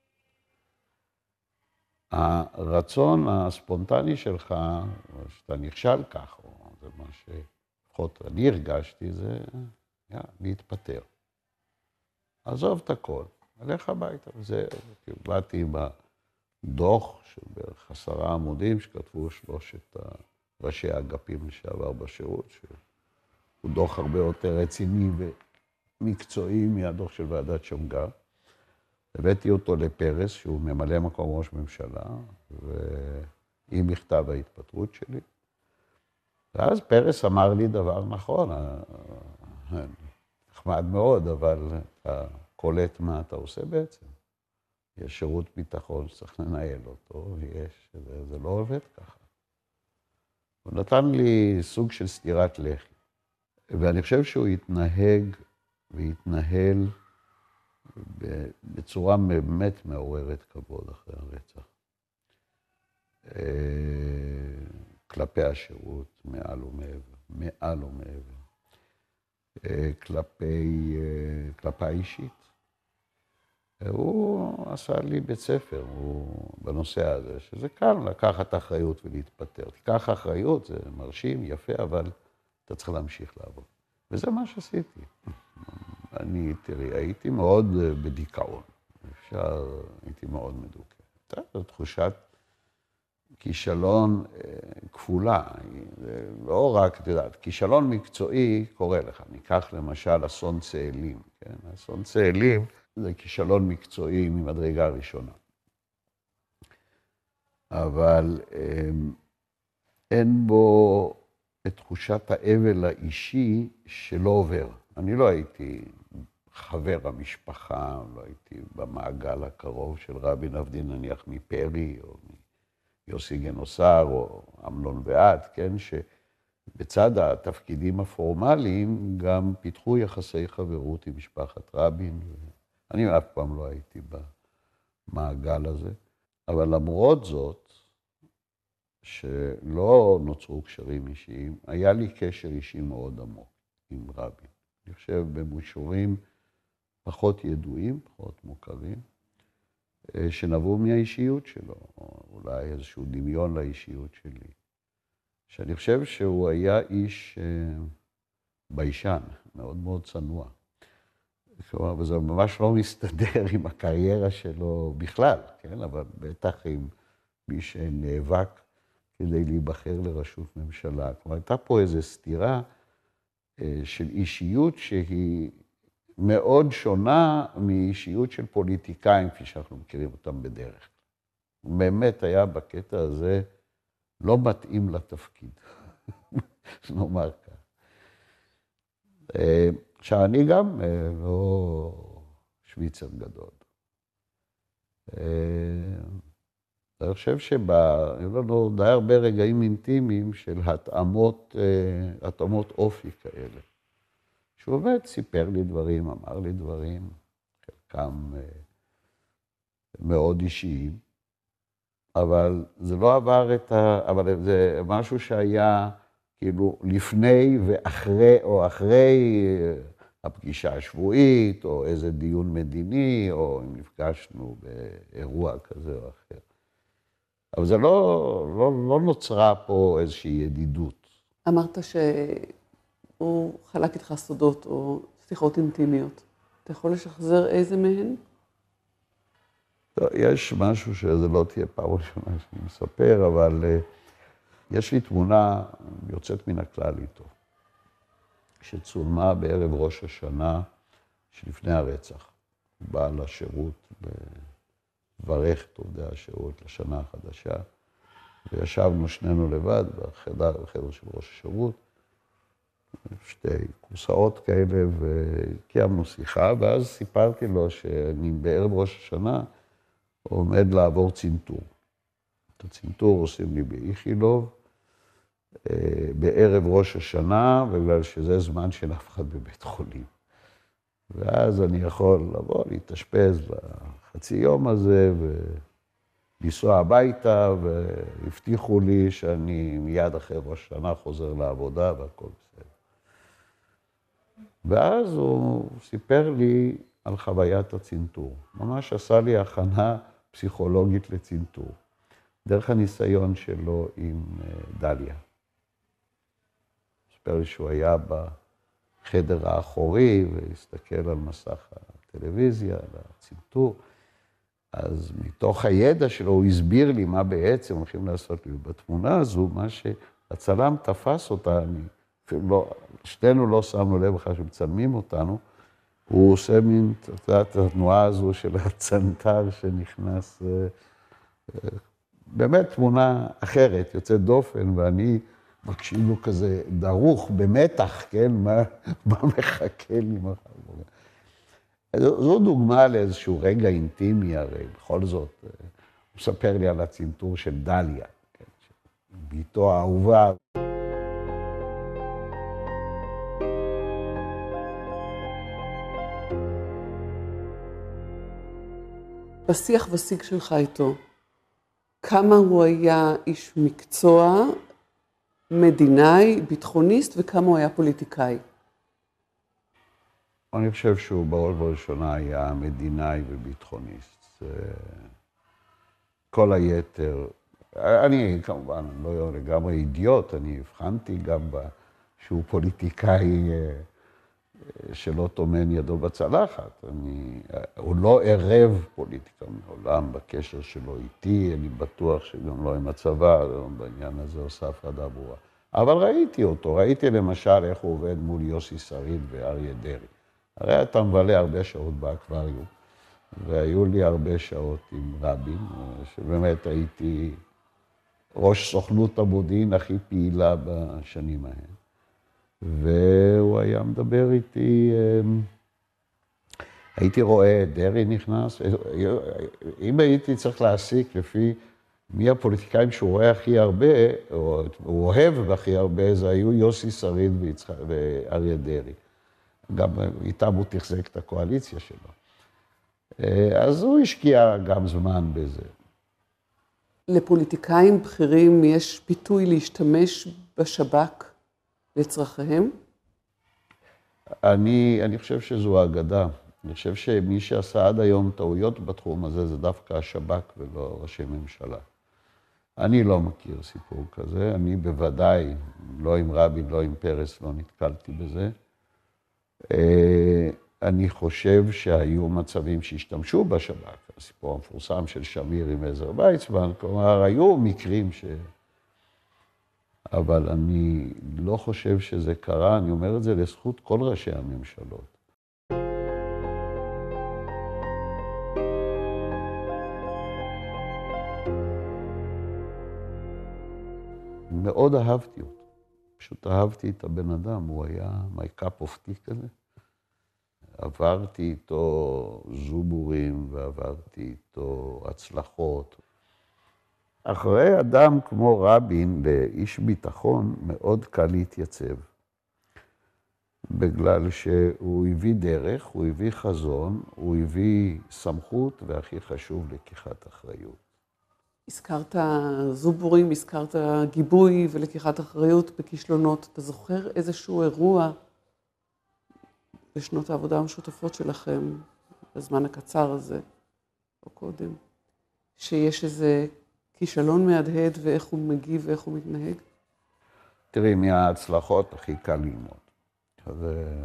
הרצון הספונטני שלך, שאתה נכשל כך, או זה מה שלפחות אני הרגשתי, זה היה, להתפטר. עזוב את הכל, הלך הביתה. וזה, באתי בדוח של בערך עשרה עמודים, שכתבו שלושת ראשי האגפים לשעבר בשירות, שהוא דוח הרבה יותר רציני ומקצועי מהדוח של ועדת שמגר. הבאתי אותו לפרס, שהוא ממלא מקום ראש ממשלה, ועם מכתב ההתפטרות שלי. ואז פרס אמר לי דבר נכון, נחמד מאוד, אבל אתה קולט מה אתה עושה בעצם. יש שירות ביטחון שצריך לנהל אותו, ויש, זה, זה לא עובד ככה. הוא נתן לי סוג של סטירת לחי, ואני חושב שהוא התנהג והתנהל בצורה באמת מעוררת כבוד אחרי הרצח. כלפי השירות, מעל ומעבר, מעל ומעבר. כלפי, כלפי האישית. הוא עשה לי בית ספר הוא, בנושא הזה, שזה קל לקחת אחריות ולהתפטר. תיקח אחריות, זה מרשים, יפה, אבל אתה צריך להמשיך לעבוד. וזה מה שעשיתי. אני, תראי, הייתי מאוד בדיכאון. אפשר, הייתי מאוד מדוכא. זו תחושת כישלון כפולה. לא רק, אתה יודעת, כישלון מקצועי קורה לך. ניקח למשל אסון צאלים. כן? אסון צאלים זה כישלון מקצועי ממדרגה הראשונה. אבל אין בו את תחושת האבל האישי שלא עובר. אני לא הייתי חבר המשפחה, לא הייתי במעגל הקרוב של רבין, עבדין נניח מפרי, או מיוסי גנוסר, או אמנון ועד, כן, שבצד התפקידים הפורמליים גם פיתחו יחסי חברות עם משפחת רבין. אני אף פעם לא הייתי במעגל הזה, אבל למרות זאת, שלא נוצרו קשרים אישיים, היה לי קשר אישי מאוד עמוק עם רבין. אני חושב במישורים פחות ידועים, פחות מוכרים, שנבעו מהאישיות שלו, או אולי איזשהו דמיון לאישיות שלי. שאני חושב שהוא היה איש ביישן, מאוד מאוד צנוע. כלומר, וזה ממש לא מסתדר עם הקריירה שלו בכלל, כן? אבל בטח עם מי שנאבק כדי להיבחר לראשות ממשלה. כלומר, הייתה פה איזו סתירה של אישיות שהיא מאוד שונה מאישיות של פוליטיקאים, כפי שאנחנו מכירים אותם בדרך. הוא באמת היה בקטע הזה לא מתאים לתפקיד, נאמר כך. עכשיו, אני גם לא שוויצר גדול. אני חושב שהיו לנו די הרבה רגעים אינטימיים של התאמות, התאמות אופי כאלה. שהוא באמת סיפר לי דברים, אמר לי דברים, חלקם מאוד אישיים, אבל זה לא עבר את ה... אבל זה משהו שהיה כאילו לפני ואחרי, או אחרי הפגישה השבועית, או איזה דיון מדיני, או אם נפגשנו באירוע כזה או אחר. אבל זה לא, לא, לא נוצרה פה איזושהי ידידות. אמרת שהוא חלק איתך סודות או שיחות אינטימיות. אתה יכול לשחזר איזה מהן? לא, יש משהו שזה לא תהיה פעם ראשונה שאני מספר, אבל יש לי תמונה יוצאת מן הכלל איתו, שצולמה בערב ראש השנה שלפני הרצח. הוא בא לשירות לברך את עובדי השירות לשנה החדשה, וישבנו שנינו לבד בחדר, בחדר של ראש השירות, שתי קורסאות כאלה, וקיימנו שיחה, ואז סיפרתי לו שאני בערב ראש השנה עומד לעבור צנתור. את הצנתור עושים לי באיכילוב, בערב ראש השנה, בגלל שזה זמן של אף אחד בבית חולים. ואז אני יכול לבוא, להתאשפז בחצי יום הזה, ולנסוע הביתה, והבטיחו לי שאני מיד אחרי ראש שנה חוזר לעבודה, והכל בסדר. ואז הוא סיפר לי על חוויית הצנתור. ממש עשה לי הכנה פסיכולוגית לצנתור, דרך הניסיון שלו עם דליה. סיפר לי שהוא היה בחדר האחורי והסתכל על מסך הטלוויזיה, על הצנתור. אז מתוך הידע שלו הוא הסביר לי מה בעצם הולכים לעשות לי. בתמונה הזו, מה שהצלם תפס אותה, אני, לא, שתינו לא שמנו לב בכלל שמצלמים אותנו, הוא עושה מין, את יודעת, התנועה הזו של הצנתר שנכנס, באמת תמונה אחרת, יוצאת דופן, ואני מקשיב לו כזה דרוך, במתח, כן, מה, מה מחכה לי מחר. זו דוגמה לאיזשהו רגע אינטימי, הרי בכל זאת, הוא מספר לי על הצנתור של דליה, כן, ביתו האהובה. בשיח ושיג שלך איתו, כמה הוא היה איש מקצוע, מדינאי, ביטחוניסט, וכמה הוא היה פוליטיקאי? אני חושב שהוא בראש ובראשונה היה מדינאי וביטחוניסט. כל היתר, אני כמובן לא לגמרי אידיוט, אני הבחנתי גם שהוא פוליטיקאי שלא טומן ידו בצלחת. אני, הוא לא ערב פוליטיקה מעולם בקשר שלו איתי, אני בטוח שגם לא עם הצבא, בעניין הזה עושה הפרדה ברורה. אבל ראיתי אותו, ראיתי למשל איך הוא עובד מול יוסי שריד ואריה דרעי. הרי אתה מבלה הרבה שעות באקווריום, והיו לי הרבה שעות עם רבין, שבאמת הייתי ראש סוכנות המודיעין הכי פעילה בשנים ההן. והוא היה מדבר איתי, הייתי רואה דרעי נכנס, אם הייתי צריך להסיק לפי מי הפוליטיקאים שהוא רואה הכי הרבה, או הוא אוהב הכי הרבה, זה היו יוסי שריד ואריה דרעי. גם איתם הוא תחזק את הקואליציה שלו. אז הוא השקיע גם זמן בזה. לפוליטיקאים בכירים יש פיתוי להשתמש בשב"כ לצרכיהם? אני, אני חושב שזו אגדה. אני חושב שמי שעשה עד היום טעויות בתחום הזה, זה דווקא השב"כ ולא ראשי ממשלה. אני לא מכיר סיפור כזה, אני בוודאי, לא עם רבין, לא עם פרס, לא נתקלתי בזה. אני חושב שהיו מצבים שהשתמשו בשב"כ, הסיפור המפורסם של שמיר עם עזר ויצמן, כלומר, היו מקרים ש... אבל אני לא חושב שזה קרה, אני אומר את זה לזכות כל ראשי הממשלות. מאוד אהבתי אותו, פשוט אהבתי את הבן אדם, הוא היה my cup of tea כזה. עברתי איתו זובורים ועברתי איתו הצלחות. אחרי אדם כמו רבין, לאיש ביטחון, מאוד קל להתייצב. בגלל שהוא הביא דרך, הוא הביא חזון, הוא הביא סמכות, והכי חשוב, לקיחת אחריות. הזכרת זובורים, הזכרת גיבוי ולקיחת אחריות בכישלונות. אתה זוכר איזשהו אירוע בשנות העבודה המשותפות שלכם, בזמן הקצר הזה, או קודם, שיש איזה כישלון מהדהד ואיך הוא מגיב ואיך הוא מתנהג? תראי, מההצלחות הכי קל ללמוד. אז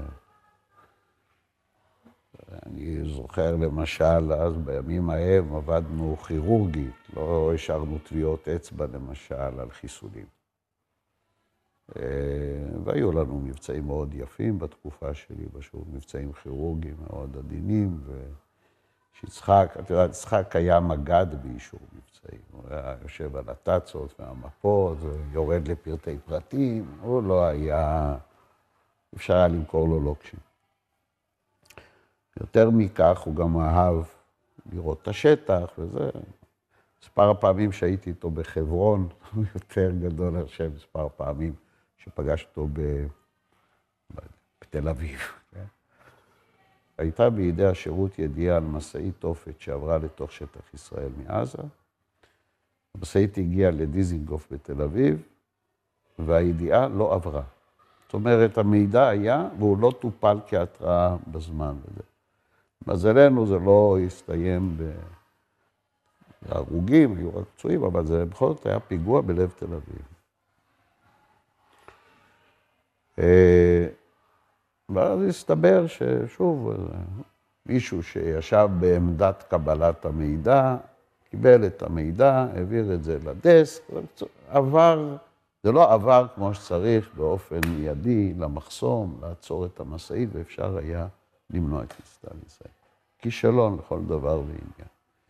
אני זוכר למשל, אז בימים ההם עבדנו כירורגית, לא השארנו טביעות אצבע למשל על חיסונים. והיו לנו מבצעים מאוד יפים בתקופה שלי, בשירות מבצעים כירורגיים מאוד עדינים, ושיצחק, אתה יודע, יצחק היה מגד באישור מבצעים. הוא היה יושב על הטצות והמפות, ויורד לפרטי פרטים, הוא לא היה, אפשר היה למכור לו לוקשים. יותר מכך, הוא גם אהב לראות את השטח וזה. מספר הפעמים שהייתי איתו בחברון, הוא יותר גדול, אני חושב, מספר פעמים שפגשתי אותו ב... בתל אביב. כן? הייתה בידי השירות ידיעה על משאית תופת שעברה לתוך שטח ישראל מעזה. המשאית הגיעה לדיזינגוף בתל אביב, והידיעה לא עברה. זאת אומרת, המידע היה, והוא לא טופל כהתראה בזמן הזה. מזלנו זה לא הסתיים בהרוגים, היו רק פצועים, אבל זה בכל זאת היה פיגוע בלב תל אביב. ואז הסתבר ששוב, מישהו שישב בעמדת קבלת המידע, קיבל את המידע, העביר את זה לדסק, עבר, זה לא עבר כמו שצריך באופן מיידי למחסום, לעצור את המשאית, ואפשר היה למנוע את כניסתה לישראל. כישלון לכל דבר ועניין.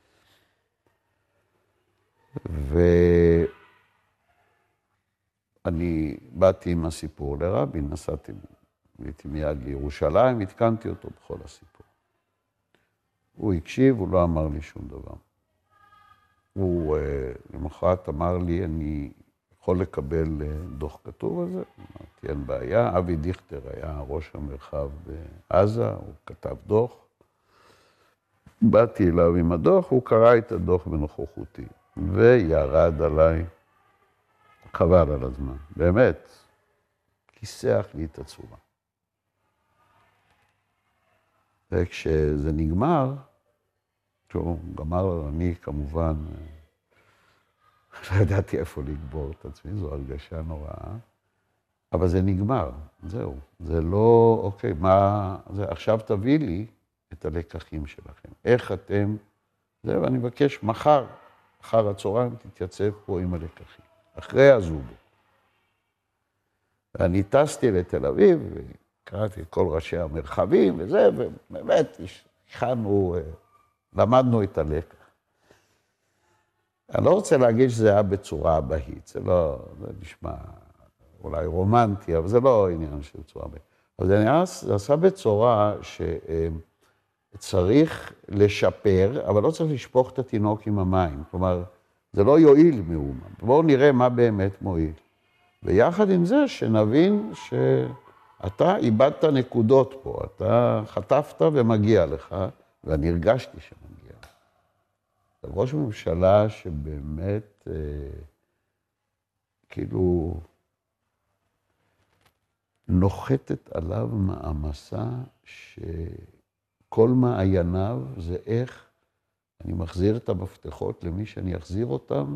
ואני באתי עם הסיפור לרבין, נסעתי, הייתי מיד לירושלים, התקנתי אותו בכל הסיפור. הוא הקשיב, הוא לא אמר לי שום דבר. הוא למחרת אמר לי, אני יכול לקבל דוח כתוב על זה? אמרתי, אין בעיה. אבי דיכטר היה ראש המרחב בעזה, הוא כתב דוח. באתי אליו עם הדוח, הוא קרא את הדוח בנוכחותי, וירד עליי, חבל על הזמן, באמת, כיסח לי את הצורה. וכשזה נגמר, שהוא גמר, אני כמובן, לא ידעתי איפה לגבור את עצמי, זו הרגשה נוראה, אבל זה נגמר, זהו. זה לא, אוקיי, מה, זה, עכשיו תביא לי את הלקחים שלכם. איך אתם, זהו, אני מבקש, מחר, אחר הצהריים, תתייצב פה עם הלקחים. אחרי הזובו. ואני טסתי לתל אביב, וקראתי את כל ראשי המרחבים וזה, ובאמת, הכנו, למדנו את הלקח. אני לא רוצה להגיד שזה היה בצורה אבהית, זה לא, זה נשמע אולי רומנטי, אבל זה לא עניין של צורה אבהית. אבל זה נראה, זה עשה בצורה שצריך לשפר, אבל לא צריך לשפוך את התינוק עם המים. כלומר, זה לא יועיל מאומה. בואו נראה מה באמת מועיל. ויחד עם זה שנבין שאתה איבדת נקודות פה, אתה חטפת ומגיע לך, ואני הרגשתי שמגיע. זה ראש ממשלה שבאמת, אה, כאילו, נוחתת עליו מעמסה שכל מעייניו זה איך אני מחזיר את המפתחות למי שאני אחזיר אותם,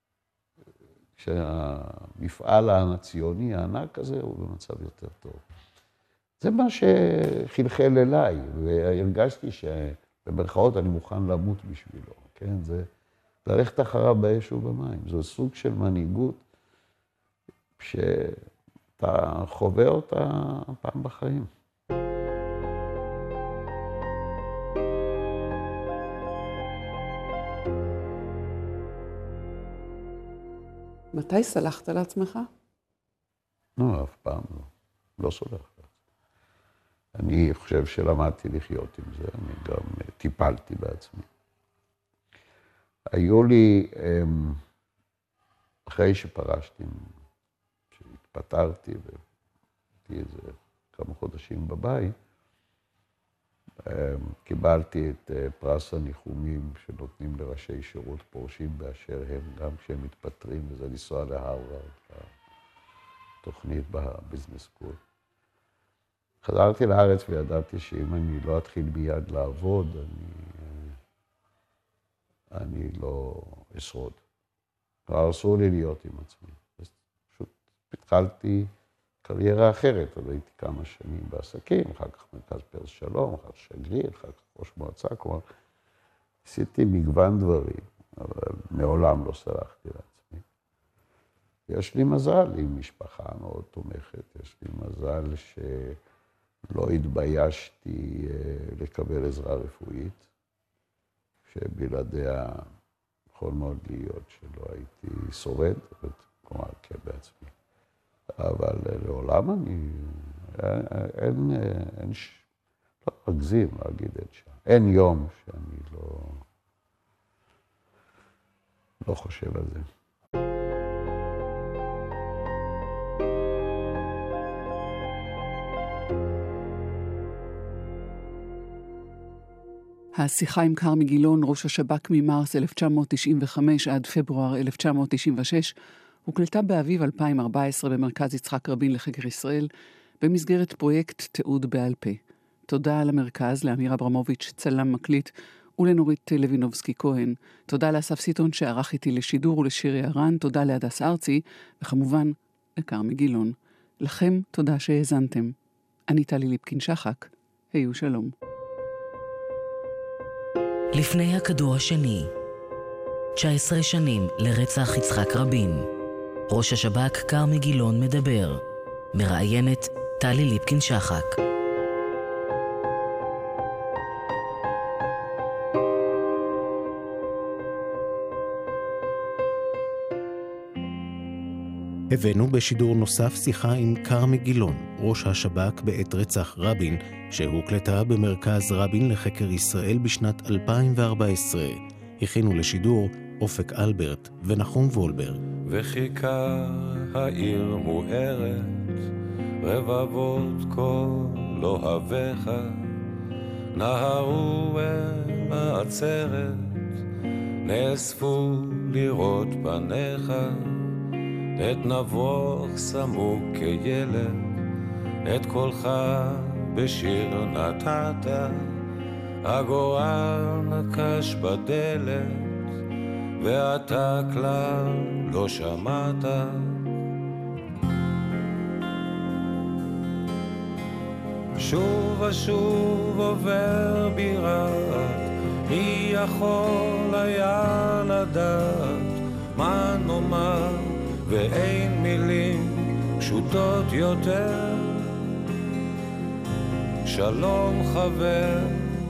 כשהמפעל הציוני הענק הזה הוא במצב יותר טוב. זה מה שחלחל אליי, והרגשתי שבמרכאות אני מוכן למות בשבילו, כן? זה ללכת אחריו באש ובמים. זו סוג של מנהיגות שאתה חווה אותה פעם בחיים. מתי סלחת לעצמך? לא, אף פעם לא. לא סולח. אני חושב שלמדתי לחיות עם זה, אני גם טיפלתי בעצמי. היו לי, אחרי שפרשתי, שהתפטרתי והייתי איזה כמה חודשים בבית, קיבלתי את פרס הניחומים שנותנים לראשי שירות פורשים באשר הם, גם כשהם מתפטרים, וזה לנסוע להרווארד, התוכנית בביזנס סקול. חזרתי לארץ וידעתי שאם אני לא אתחיל מיד לעבוד, אני, אני לא אשרוד. כבר אסור לי להיות עם עצמי. פשוט התחלתי קריירה אחרת, אז הייתי כמה שנים בעסקים, אחר כך מרכז פרס שלום, אחר כך שגריר, אחר כך ראש מועצה, כלומר, עשיתי מגוון דברים, אבל מעולם לא סלחתי לעצמי. יש לי מזל עם משפחה מאוד תומכת, יש לי מזל שלא התביישתי לקבל עזרה רפואית, שבלעדיה יכול מאוד להיות שלא הייתי שורד, כלומר, כבעצמי. אבל לעולם אני, אין, אין, לא אגזים להגיד את זה. אין יום שאני לא, לא חושב על זה. השיחה עם כרמי גילון, ראש השב"כ ממרס אלף תשע מאות תשעים וחמש עד פברואר אלף תשע מאות תשעים ושש, הוקלטה באביב אלפיים וארבע עשרה במרכז יצחק רבין לחקר ישראל, במסגרת פרויקט תיעוד בעל פה. תודה על המרכז, לאמיר אברמוביץ', צלם מקליט, ולנורית לוינובסקי כהן. תודה לאסף סיטון שערך איתי לשידור ולשירי הרן, תודה להדס ארצי, וכמובן לכרמי גילון. לכם תודה שהאזנתם. אני טלי ליפקין שחק. היו שלום. לפני הכדור השני, תשע עשרה שנים לרצח יצחק רבין. ראש השב"כ כרמי גילון מדבר. מראיינת טלי ליפקין שחק. הבאנו בשידור נוסף שיחה עם כרמי גילון, ראש השב"כ בעת רצח רבין, שהוקלטה במרכז רבין לחקר ישראל בשנת אלפיים וארבע עשרה. הכינו לשידור אופק אלברט ונחום וולברג. וחיכה העיר מוארת, רבבות כל אוהביך, נהרו אל העצרת, נאספו לראות פניך, את נבוך סמוק כילד, את קולך בשיר נתת, הגורל נקש בדלת, ואתה כלל לא שמעת. שוב ושוב עובר בירת, מי יכול היה לדעת מה נאמר, ואין מילים פשוטות יותר. שלום חבר,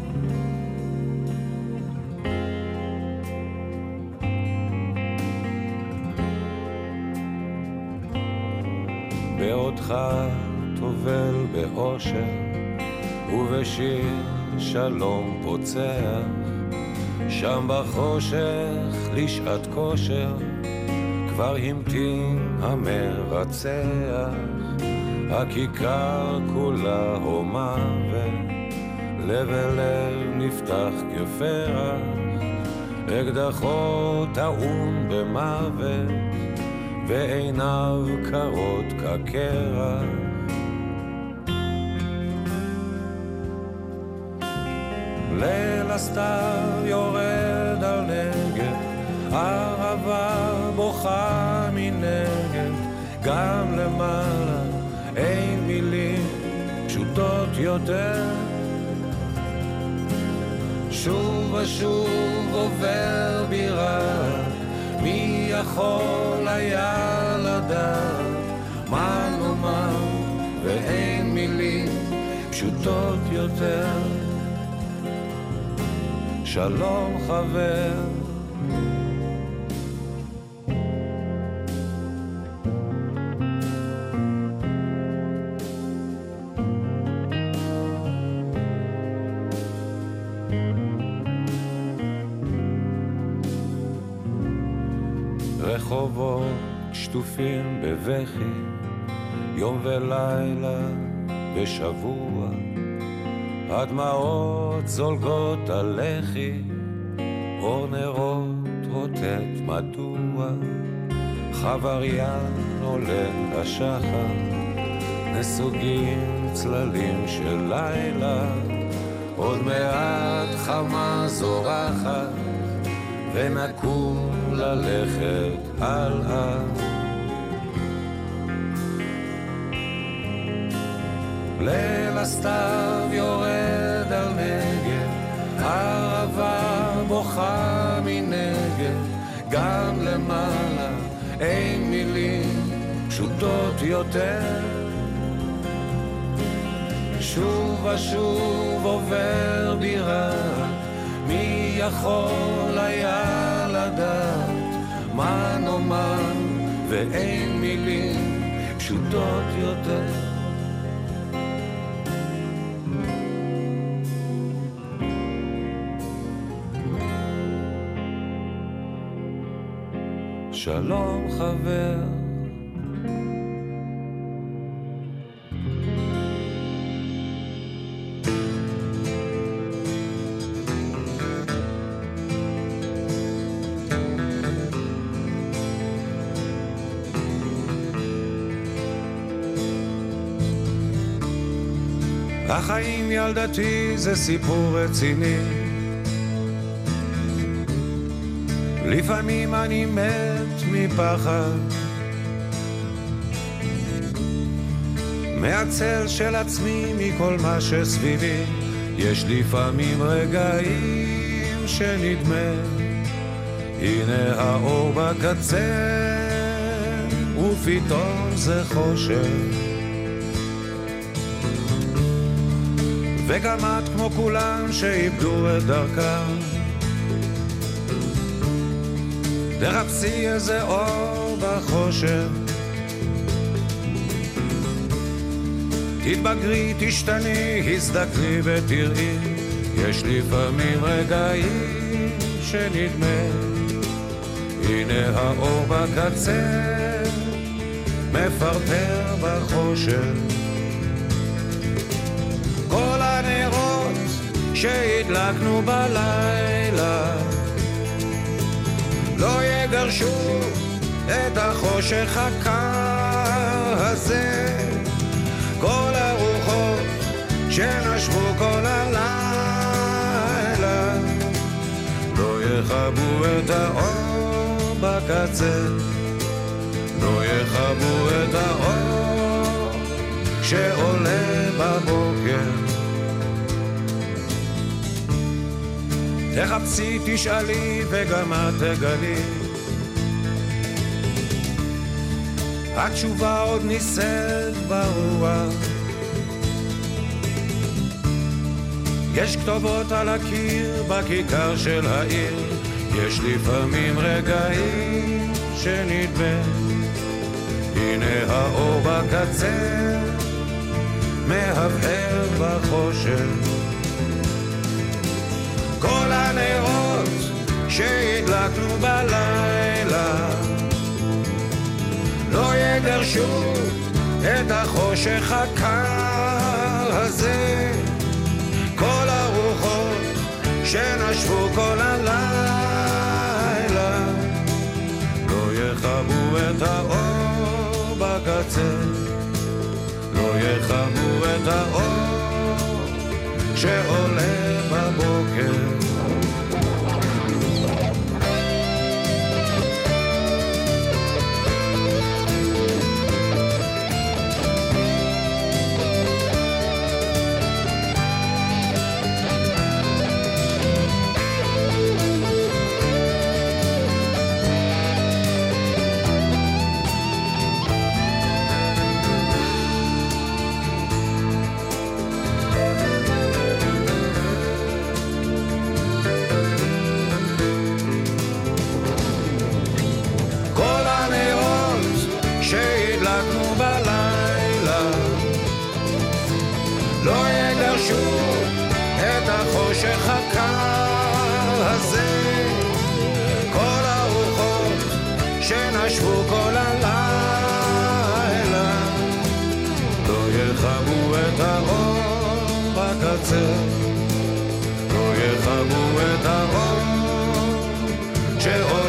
בעודך תובל באושר, ובשיר שלום פוצח, שם בחושך לשעת כושר, כבר המתין המרצח. הכיכר כולה הומה, ולב אל לב נפתח כפרח, אקדחו טעון במוות, ועיניו קרות כקרח. ליל הסתיו יורד על נגב, ערבה בוכה מנגד, גם למעלה אין מילים פשוטות יותר. שוב ושוב עובר בירה, מי יכול היה לדעת מה נאמר, ואין מילים פשוטות יותר. שלום חבר, רחובות שטופים בבכי, יום ולילה בשבוע, הדמעות זולגות על לחי, אור נרות רוטט מדוע, חבריין עולה השחר, נסוגים צללים של לילה, עוד מעט חמה זורחת, ונקום ללכת הלאה. ליל הסתיו יורד על נגב, ערבה בוכה מנגד, גם למעלה אין מילים פשוטות יותר. שוב ושוב עובר בירה, מי יכול היה לדעת מה נאמר, ואין מילים פשוטות יותר. שלום חבר, החיים ילדתי זה סיפור רציני, לפעמים אני מת מפחד מהצל של עצמי, מכל מה שסביבי. יש לפעמים רגעים שנדמה הנה האור בקצה, ופתאום זה חושך. וגם את כמו כולם שאיבדו את דרכם, תחפשי איזה אור בחושך, תתבגרי, תשתני, הזדקני ותראי. יש לפעמים רגעים שנדמה הנה האור בקצה, מפרפר בחושך. כל הנרות שהדלקנו בלילה לא יגרשו את החושך הקר הזה. כל הרוחות שנשבו כל הלילה לא יכבו את האור בקצה, לא יכבו את האור שעולה בבוקר. תחפשי, תשאלי וגם את תגלי, התשובה עוד ניסית ברוח. יש כתובות על הקיר בכיכר של העיר, יש לפעמים רגעים שנדמה הנה האור בקצה, מהבהר בחושך. כל הנרות שהדלקנו בלילה לא יגרשו את החושך הקר הזה. כל הרוחות שנשבו כל הלילה לא יכבו את האור בקצה, לא יכבו את האור שעולה בבוקר. החושך הקר הזה, כל הרוחות שנשבו כל הלילה לא יכבו את האור בקצה, לא יכבו את האור שעולה